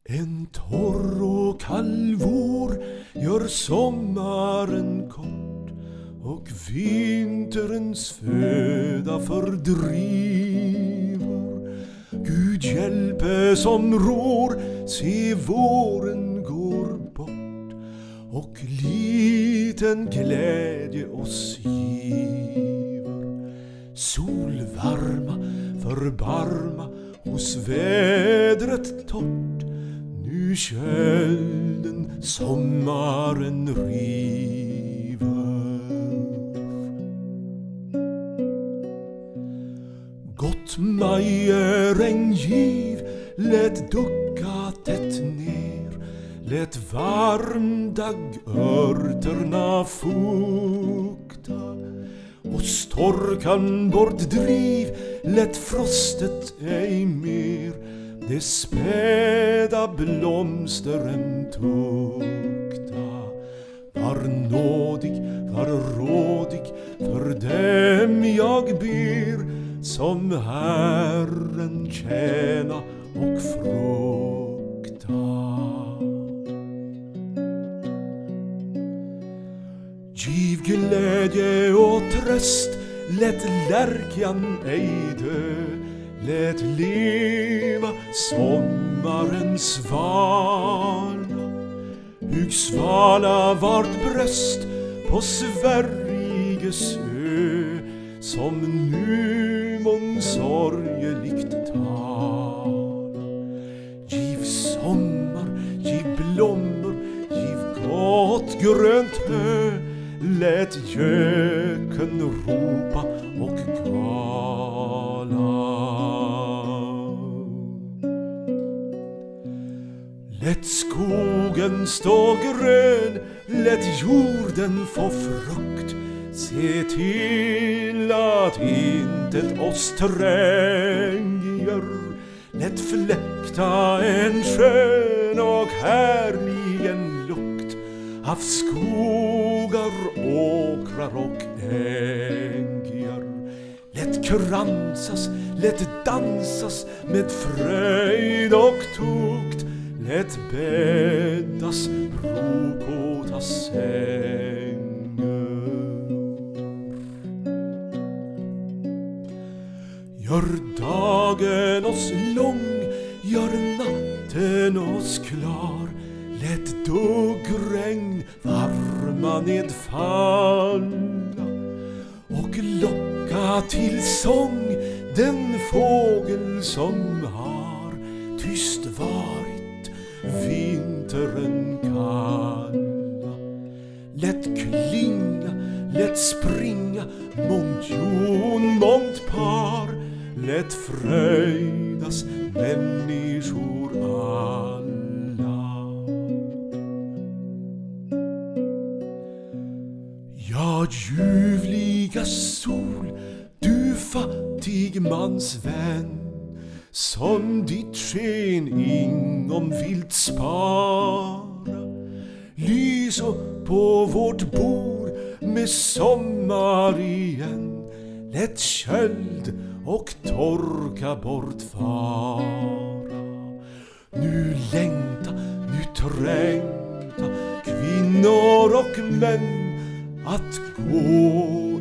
En torr och kall vår gör sommaren kort och vinterns föda fördriver. Gud hjälpe som rår, se våren går bort och liten glädje oss giver. Solvarma, förbarma hos vädret torrt, nu kölden sommaren river. Gott majeregn giv, lät ducka tätt ner, lät varm daggörterna fukta och storkan bort driv, lät frostet ej mer det späda blomsteren tukta. Var nådig, var rådig för dem jag ber, som Herren tjäna och frukta. Giv glädje och tröst, lät lärkan ej dö, lät leva sommarens svala. Hugg svala vart bröst på Sveriges ö, som nu mån sorgeligt tala. Giv sommar, giv blommor, giv gott grönt hö, lät göken ropa och gala. Lät skogen stå grön, lät jorden få frukt, se till att intet oss tränger. Lät fläkta en skön och härlig en lukt av skogar, åkrar och ängar. Lät kransas, lät dansas med fröjd och tukt, lät bäddas brokåta sängar. Gör dagen oss lång, gör natten oss klar, lät duggregn varma nedfalla och locka till sång den fågel som har tyst varit vintern kalla. Lät klinga, lät springa mångjon, mångt par, lät fröjdas människor alla. Ja, ljuvliga sol, du fattig mans vän, som ditt sken ingom vilt spara, lys upp på vårt bord med sommar igen, lät köld och torka bort fara. Nu längta, nu trängta kvinnor och män att gå